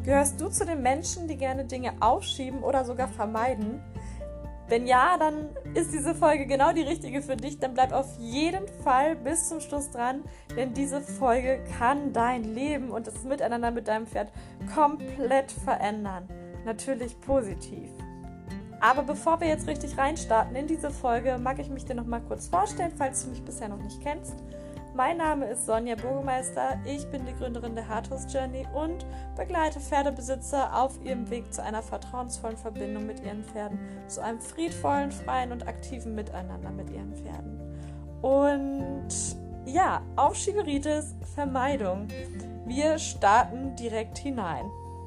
Gehörst du zu den Menschen, die gerne Dinge aufschieben oder sogar vermeiden? Wenn ja, dann ist diese Folge genau die richtige für dich. Dann bleib auf jeden Fall bis zum Schluss dran, denn diese Folge kann dein Leben und das Miteinander mit deinem Pferd komplett verändern. Natürlich positiv. Aber bevor wir jetzt richtig reinstarten in diese Folge, mag ich mich dir noch mal kurz vorstellen, falls du mich bisher noch nicht kennst. Mein Name ist Sonja Burgemeister, ich bin die Gründerin der Hearthorse Journey und begleite Pferdebesitzer auf ihrem Weg zu einer vertrauensvollen Verbindung mit ihren Pferden, zu einem friedvollen, freien und aktiven Miteinander mit ihren Pferden. Und ja, Aufschieberitis, Vermeidung. Wir starten direkt hinein.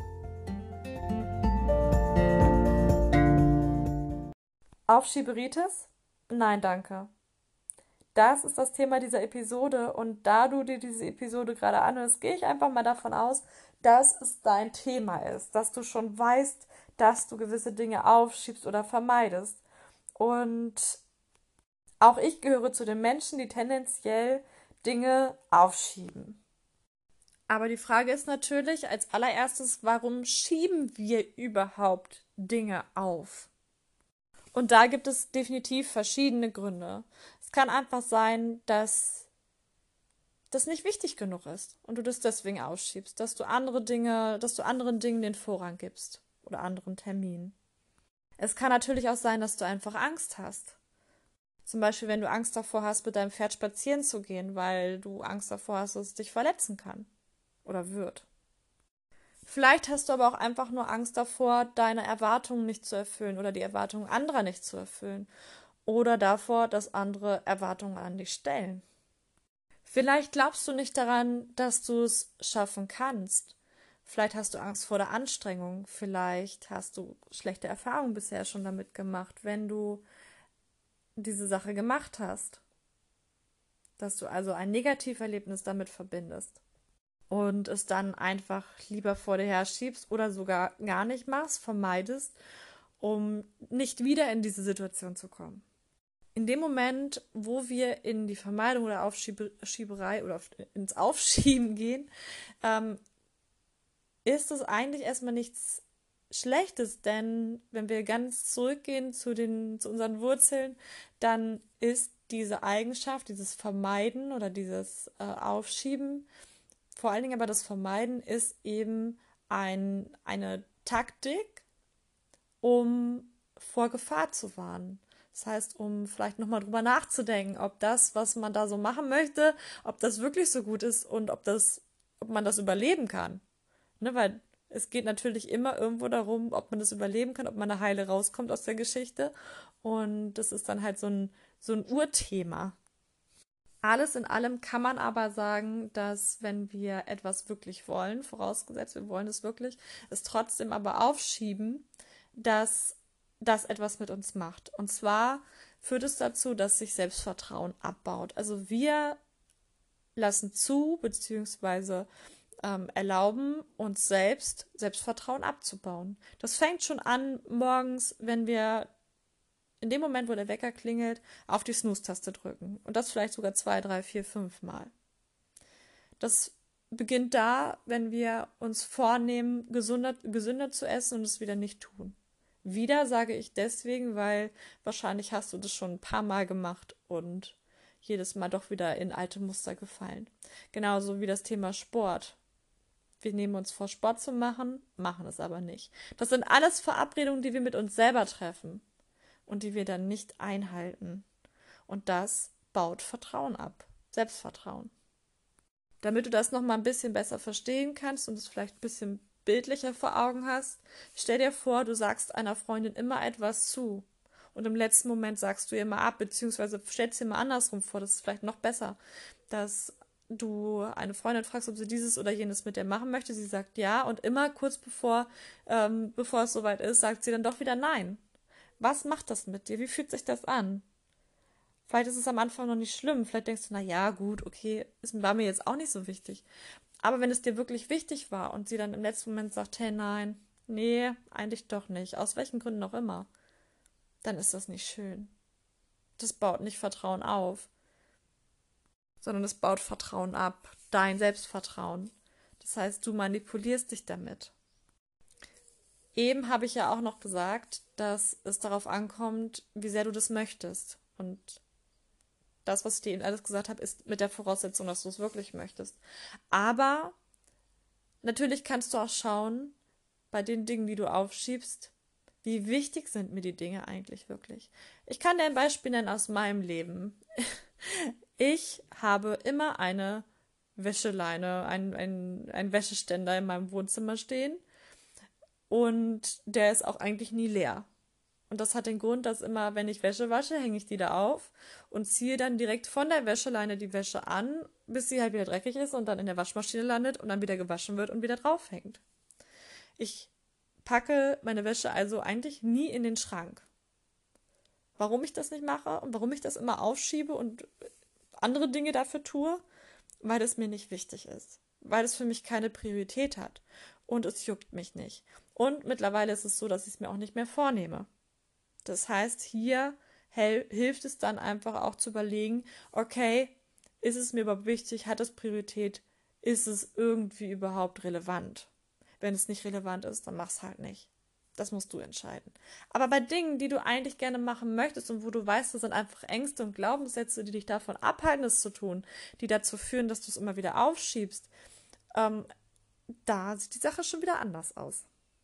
Aufschieberitis? Nein, danke. Das ist das Thema dieser Episode und da du dir diese Episode gerade anhörst, gehe ich einfach mal davon aus, dass es dein Thema ist, dass du schon weißt, dass du gewisse Dinge aufschiebst oder vermeidest. Und auch ich gehöre zu den Menschen, die tendenziell Dinge aufschieben. Aber die Frage ist natürlich als allererstes, warum schieben wir überhaupt Dinge auf? Und da gibt es definitiv verschiedene Gründe. Es kann einfach sein, dass das nicht wichtig genug ist und du das deswegen ausschiebst, dass du anderen Dingen den Vorrang gibst oder anderen Terminen. Es kann natürlich auch sein, dass du einfach Angst hast. Zum Beispiel, wenn du Angst davor hast, mit deinem Pferd spazieren zu gehen, weil du Angst davor hast, dass es dich verletzen kann oder wird. Vielleicht hast du aber auch einfach nur Angst davor, deine Erwartungen nicht zu erfüllen oder die Erwartungen anderer nicht zu erfüllen. Oder davor, dass andere Erwartungen an dich stellen. Vielleicht glaubst du nicht daran, dass du es schaffen kannst. Vielleicht hast du Angst vor der Anstrengung. Vielleicht hast du schlechte Erfahrungen bisher schon damit gemacht, wenn du diese Sache gemacht hast. Dass du also ein Negativerlebnis damit verbindest. Und es dann einfach lieber vor dir her schiebst oder sogar gar nicht machst, vermeidest, um nicht wieder in diese Situation zu kommen. In dem Moment, wo wir in die Vermeidung oder Aufschieberei oder ins Aufschieben gehen, ist es eigentlich erstmal nichts Schlechtes, denn wenn wir ganz zurückgehen zu unseren Wurzeln, dann ist diese Eigenschaft, dieses Vermeiden oder dieses Aufschieben, vor allen Dingen aber das Vermeiden, ist eben eine Taktik, um vor Gefahr zu warnen. Das heißt, um vielleicht nochmal drüber nachzudenken, ob das, was man da so machen möchte, ob das wirklich so gut ist und ob man das überleben kann. Ne, weil es geht natürlich immer irgendwo darum, ob man das überleben kann, ob man da heile rauskommt aus der Geschichte. Und das ist dann halt so ein Urthema. Alles in allem kann man aber sagen, dass wenn wir etwas wirklich wollen, vorausgesetzt wir wollen es wirklich, es trotzdem aber aufschieben, dass das etwas mit uns macht. Und zwar führt es dazu, dass sich Selbstvertrauen abbaut. Also wir lassen zu, beziehungsweise erlauben uns selbst Selbstvertrauen abzubauen. Das fängt schon an morgens, wenn wir in dem Moment, wo der Wecker klingelt, auf die Snooze-Taste drücken. Und das vielleicht sogar 2, 3, 4, 5 Mal. Das beginnt da, wenn wir uns vornehmen, gesünder zu essen und es wieder nicht tun. Wieder sage ich deswegen, weil wahrscheinlich hast du das schon ein paar Mal gemacht und jedes Mal doch wieder in alte Muster gefallen. Genauso wie das Thema Sport. Wir nehmen uns vor, Sport zu machen, machen es aber nicht. Das sind alles Verabredungen, die wir mit uns selber treffen und die wir dann nicht einhalten. Und das baut Vertrauen ab, Selbstvertrauen. Damit du das nochmal ein bisschen besser verstehen kannst und es vielleicht ein bisschen bildlicher vor Augen hast, stell dir vor, du sagst einer Freundin immer etwas zu und im letzten Moment sagst du ihr immer ab, beziehungsweise stellst dir mal andersrum vor, das ist vielleicht noch besser, dass du eine Freundin fragst, ob sie dieses oder jenes mit dir machen möchte, sie sagt ja und immer kurz bevor es soweit ist, sagt sie dann doch wieder nein. Was macht das mit dir? Wie fühlt sich das an? Vielleicht ist es am Anfang noch nicht schlimm. Vielleicht denkst du, na ja, gut, okay, war mir jetzt auch nicht so wichtig. Aber wenn es dir wirklich wichtig war und sie dann im letzten Moment sagt, hey, nein, nee, eigentlich doch nicht, aus welchen Gründen auch immer, dann ist das nicht schön. Das baut nicht Vertrauen auf, sondern es baut Vertrauen ab, dein Selbstvertrauen. Das heißt, du manipulierst dich damit. eben habe ich ja auch noch gesagt, dass es darauf ankommt, wie sehr du das möchtest. Und das, was ich dir eben alles gesagt habe, ist mit der Voraussetzung, dass du es wirklich möchtest. Aber natürlich kannst du auch schauen, bei den Dingen, die du aufschiebst, wie wichtig sind mir die Dinge eigentlich wirklich. Ich kann dir ein Beispiel nennen aus meinem Leben. Ich habe immer eine Wäscheleine, ein Wäscheständer in meinem Wohnzimmer stehen und der ist auch eigentlich nie leer. Und das hat den Grund, dass immer, wenn ich Wäsche wasche, hänge ich die da auf und ziehe dann direkt von der Wäscheleine die Wäsche an, bis sie halt wieder dreckig ist und dann in der Waschmaschine landet und dann wieder gewaschen wird und wieder draufhängt. Ich packe meine Wäsche also eigentlich nie in den Schrank. Warum ich das nicht mache und warum ich das immer aufschiebe und andere Dinge dafür tue, weil es mir nicht wichtig ist, weil es für mich keine Priorität hat und es juckt mich nicht. Und mittlerweile ist es so, dass ich es mir auch nicht mehr vornehme. Das heißt, hier hilft es dann einfach auch zu überlegen, okay, ist es mir überhaupt wichtig, hat es Priorität, ist es irgendwie überhaupt relevant? Wenn es nicht relevant ist, dann mach's halt nicht. Das musst du entscheiden. Aber bei Dingen, die du eigentlich gerne machen möchtest und wo du weißt, das sind einfach Ängste und Glaubenssätze, die dich davon abhalten, es zu tun, die dazu führen, dass du es immer wieder aufschiebst, ähm, da sieht die Sache schon wieder anders aus.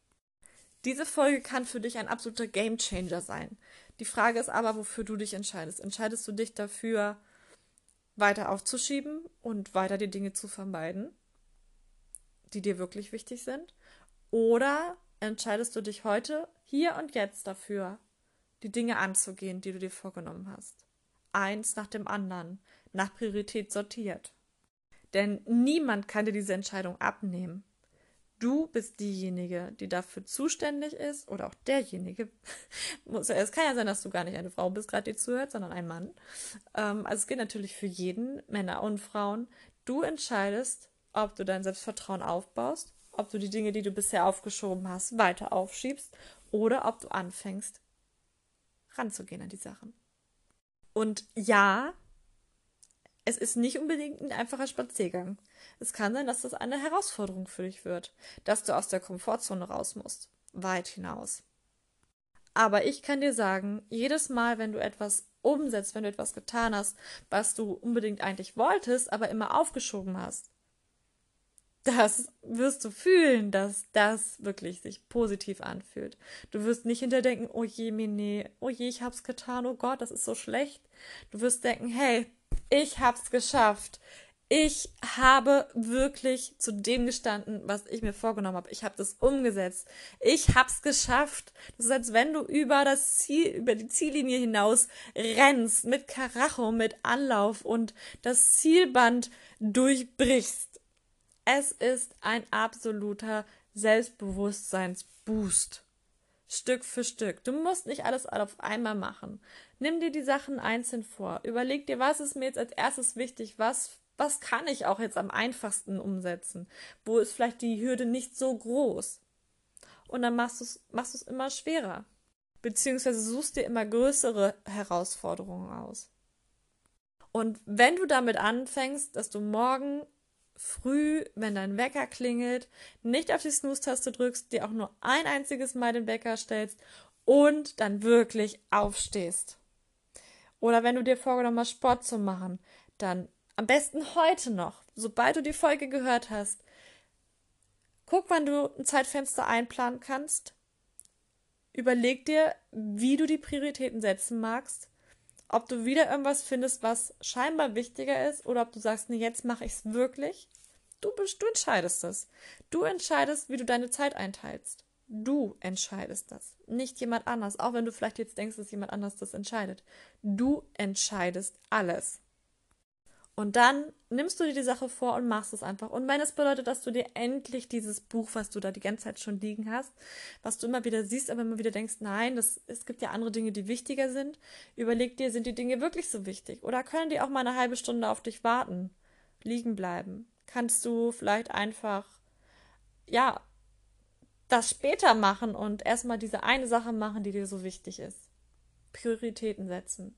Diese Folge kann für dich ein absoluter Gamechanger sein. Die Frage ist aber, wofür du dich entscheidest. Entscheidest du dich dafür, weiter aufzuschieben und weiter die Dinge zu vermeiden, die dir wirklich wichtig sind? Oder entscheidest du dich heute, hier und jetzt dafür, die Dinge anzugehen, die du dir vorgenommen hast? Eins nach dem anderen, nach Priorität sortiert. Denn niemand kann dir diese Entscheidung abnehmen. Du bist diejenige, die dafür zuständig ist, oder auch derjenige. Es kann ja sein, dass du gar nicht eine Frau bist, gerade die zuhört, sondern ein Mann. Also es geht natürlich für jeden, Männer und Frauen. Du entscheidest, ob du dein Selbstvertrauen aufbaust, ob du die Dinge, die du bisher aufgeschoben hast, weiter aufschiebst oder ob du anfängst, ranzugehen an die Sachen. Und ja, es ist nicht unbedingt ein einfacher Spaziergang. Es kann sein, dass das eine Herausforderung für dich wird, dass du aus der Komfortzone raus musst, weit hinaus. Aber ich kann dir sagen, jedes Mal, wenn du etwas umsetzt, wenn du etwas getan hast, was du unbedingt eigentlich wolltest, aber immer aufgeschoben hast, das wirst du fühlen, dass das wirklich sich positiv anfühlt. Du wirst nicht hinterdenken, oh je, Mene, oh je, ich hab's getan, oh Gott, das ist so schlecht. Du wirst denken, hey, ich hab's geschafft. Ich habe wirklich zu dem gestanden, was ich mir vorgenommen habe. Ich habe das umgesetzt. Ich hab's geschafft. Das ist, als wenn du über das Ziel, über die Ziellinie hinaus rennst, mit Karacho, mit Anlauf und das Zielband durchbrichst. Es ist ein absoluter Selbstbewusstseinsboost. Stück für Stück. Du musst nicht alles auf einmal machen. Nimm dir die Sachen einzeln vor. Überleg dir, was ist mir jetzt als erstes wichtig? Was kann ich auch jetzt am einfachsten umsetzen? Wo ist vielleicht die Hürde nicht so groß? Und dann machst du es immer schwerer. Beziehungsweise suchst dir immer größere Herausforderungen aus. Und wenn du damit anfängst, dass du morgen früh, wenn dein Wecker klingelt, nicht auf die Snooze-Taste drückst, dir auch nur ein einziges Mal den Wecker stellst und dann wirklich aufstehst. Oder wenn du dir vorgenommen hast, Sport zu machen, dann am besten heute noch, sobald du die Folge gehört hast, guck, wann du ein Zeitfenster einplanen kannst. Überleg dir, wie du die Prioritäten setzen magst, ob du wieder irgendwas findest, was scheinbar wichtiger ist, oder ob du sagst, nee, jetzt mache ich es wirklich. Du entscheidest das. Du entscheidest, wie du deine Zeit einteilst. Du entscheidest das. Nicht jemand anders. Auch wenn du vielleicht jetzt denkst, dass jemand anders das entscheidet. Du entscheidest alles. Und dann nimmst du dir die Sache vor und machst es einfach. Und wenn es bedeutet, dass du dir endlich dieses Buch, was du da die ganze Zeit schon liegen hast, was du immer wieder siehst, aber immer wieder denkst, nein, es gibt ja andere Dinge, die wichtiger sind, überleg dir, sind die Dinge wirklich so wichtig? Oder können die auch mal eine halbe Stunde auf dich warten, liegen bleiben? Kannst du vielleicht einfach, ja, das später machen und erstmal diese eine Sache machen, die dir so wichtig ist? Prioritäten setzen.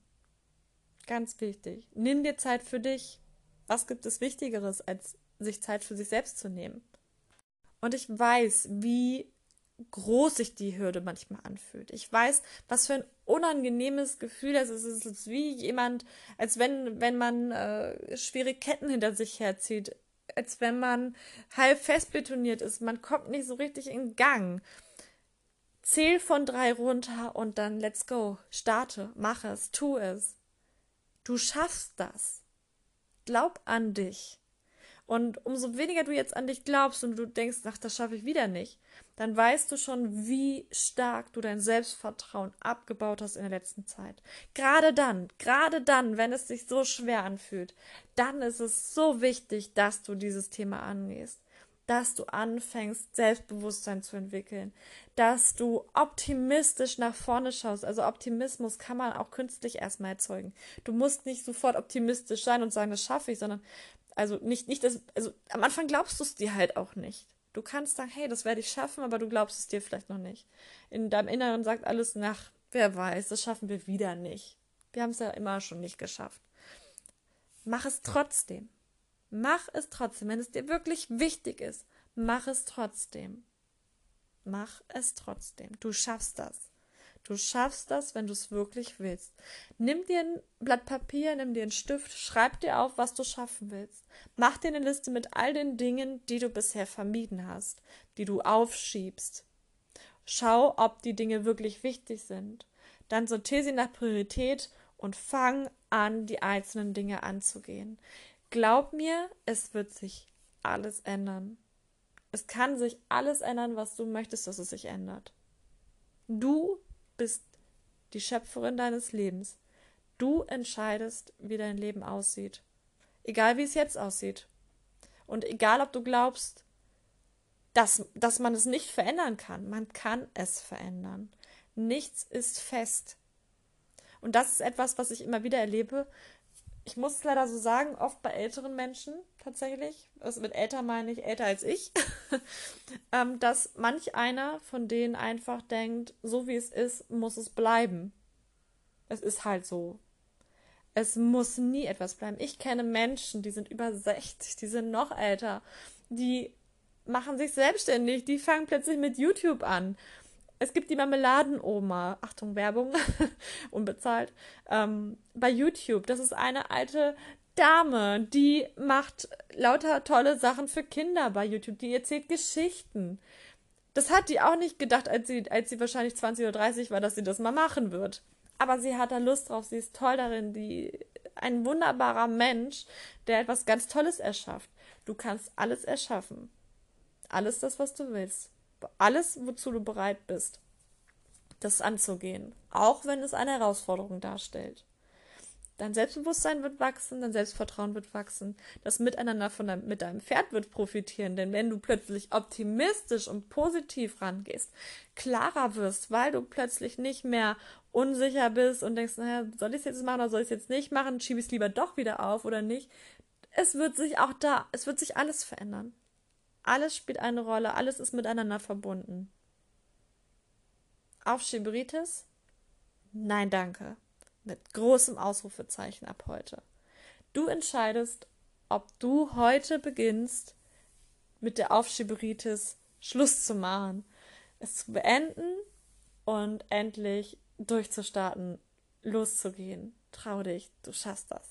Ganz wichtig. Nimm dir Zeit für dich. Was gibt es Wichtigeres, als sich Zeit für sich selbst zu nehmen? Und ich weiß, wie groß sich die Hürde manchmal anfühlt. Ich weiß, was für ein unangenehmes Gefühl das ist. Es ist wie jemand, als wenn man schwere Ketten hinter sich herzieht, als wenn man halb festbetoniert ist. Man kommt nicht so richtig in Gang. Zähl von 3 runter und dann let's go. Starte, mach es, tu es. Du schaffst das. Glaub an dich. Und umso weniger du jetzt an dich glaubst und du denkst, ach, das schaffe ich wieder nicht, dann weißt du schon, wie stark du dein Selbstvertrauen abgebaut hast in der letzten Zeit. Gerade dann, wenn es sich so schwer anfühlt, dann ist es so wichtig, dass du dieses Thema angehst, dass du anfängst, Selbstbewusstsein zu entwickeln, dass du optimistisch nach vorne schaust. Also Optimismus kann man auch künstlich erstmal erzeugen. Du musst nicht sofort optimistisch sein und sagen, das schaffe ich, sondern also nicht das, also am Anfang glaubst du es dir halt auch nicht. Du kannst sagen, hey, das werde ich schaffen, aber du glaubst es dir vielleicht noch nicht. In deinem Inneren sagt alles nach, wer weiß, das schaffen wir wieder nicht. Wir haben es ja immer schon nicht geschafft. Mach es trotzdem. Mach es trotzdem. Wenn es dir wirklich wichtig ist, mach es trotzdem. Mach es trotzdem. Du schaffst das. Du schaffst das, wenn du es wirklich willst. Nimm dir ein Blatt Papier, nimm dir einen Stift, schreib dir auf, was du schaffen willst. Mach dir eine Liste mit all den Dingen, die du bisher vermieden hast, die du aufschiebst. Schau, ob die Dinge wirklich wichtig sind. Dann sortiere sie nach Priorität und fang an, die einzelnen Dinge anzugehen. Glaub mir, es wird sich alles ändern. Es kann sich alles ändern, was du möchtest, dass es sich ändert. Du bist die Schöpferin deines Lebens. Du entscheidest, wie dein Leben aussieht. Egal, wie es jetzt aussieht. Und egal, ob du glaubst, dass man es nicht verändern kann. Man kann es verändern. Nichts ist fest. Und das ist etwas, was ich immer wieder erlebe. Ich muss es leider so sagen, oft bei älteren Menschen tatsächlich, also mit älter meine ich älter als ich, dass manch einer von denen einfach denkt, so wie es ist, muss es bleiben. Es ist halt so. Es muss nie etwas bleiben. Ich kenne Menschen, die sind über 60, die sind noch älter, die machen sich selbstständig, die fangen plötzlich mit YouTube an. Es gibt die Marmeladenoma, Achtung, Werbung, unbezahlt, bei YouTube. Das ist eine alte Dame, die macht lauter tolle Sachen für Kinder bei YouTube. Die erzählt Geschichten. Das hat die auch nicht gedacht, als sie wahrscheinlich 20 oder 30 war, dass sie das mal machen wird. Aber sie hat da Lust drauf, sie ist toll darin, ein wunderbarer Mensch, der etwas ganz Tolles erschafft. Du kannst alles erschaffen. Alles das, was du willst. Alles, wozu du bereit bist, das anzugehen, auch wenn es eine Herausforderung darstellt. Dein Selbstbewusstsein wird wachsen, dein Selbstvertrauen wird wachsen, das Miteinander mit deinem Pferd wird profitieren, denn wenn du plötzlich optimistisch und positiv rangehst, klarer wirst, weil du plötzlich nicht mehr unsicher bist und denkst, naja, soll ich es jetzt machen oder soll ich es jetzt nicht machen, schiebe ich es lieber doch wieder auf oder nicht, es wird sich alles verändern. Alles spielt eine Rolle, alles ist miteinander verbunden. Aufschieberitis? Nein, danke. Mit großem Ausrufezeichen ab heute. Du entscheidest, ob du heute beginnst, mit der Aufschieberitis Schluss zu machen, es zu beenden und endlich durchzustarten, loszugehen. Trau dich, du schaffst das.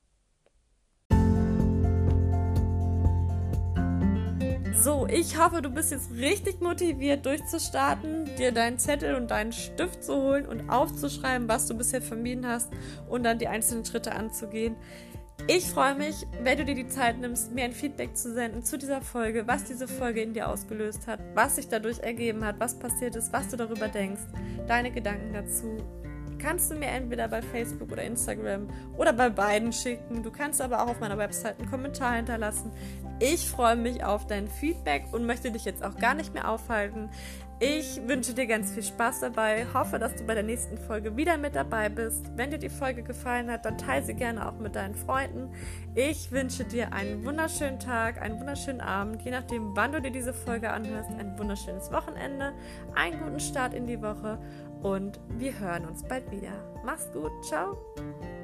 So, ich hoffe, du bist jetzt richtig motiviert durchzustarten, dir deinen Zettel und deinen Stift zu holen und aufzuschreiben, was du bisher vermieden hast und dann die einzelnen Schritte anzugehen. Ich freue mich, wenn du dir die Zeit nimmst, mir ein Feedback zu senden zu dieser Folge, was diese Folge in dir ausgelöst hat, was sich dadurch ergeben hat, was passiert ist, was du darüber denkst, deine Gedanken dazu. Kannst du mir entweder bei Facebook oder Instagram oder bei beiden schicken. Du kannst aber auch auf meiner Website einen Kommentar hinterlassen. Ich freue mich auf dein Feedback und möchte dich jetzt auch gar nicht mehr aufhalten. Ich wünsche dir ganz viel Spaß dabei. Hoffe, dass du bei der nächsten Folge wieder mit dabei bist. Wenn dir die Folge gefallen hat, dann teile sie gerne auch mit deinen Freunden. Ich wünsche dir einen wunderschönen Tag, einen wunderschönen Abend, je nachdem, wann du dir diese Folge anhörst, ein wunderschönes Wochenende, einen guten Start in die Woche und wir hören uns bald wieder. Mach's gut, ciao!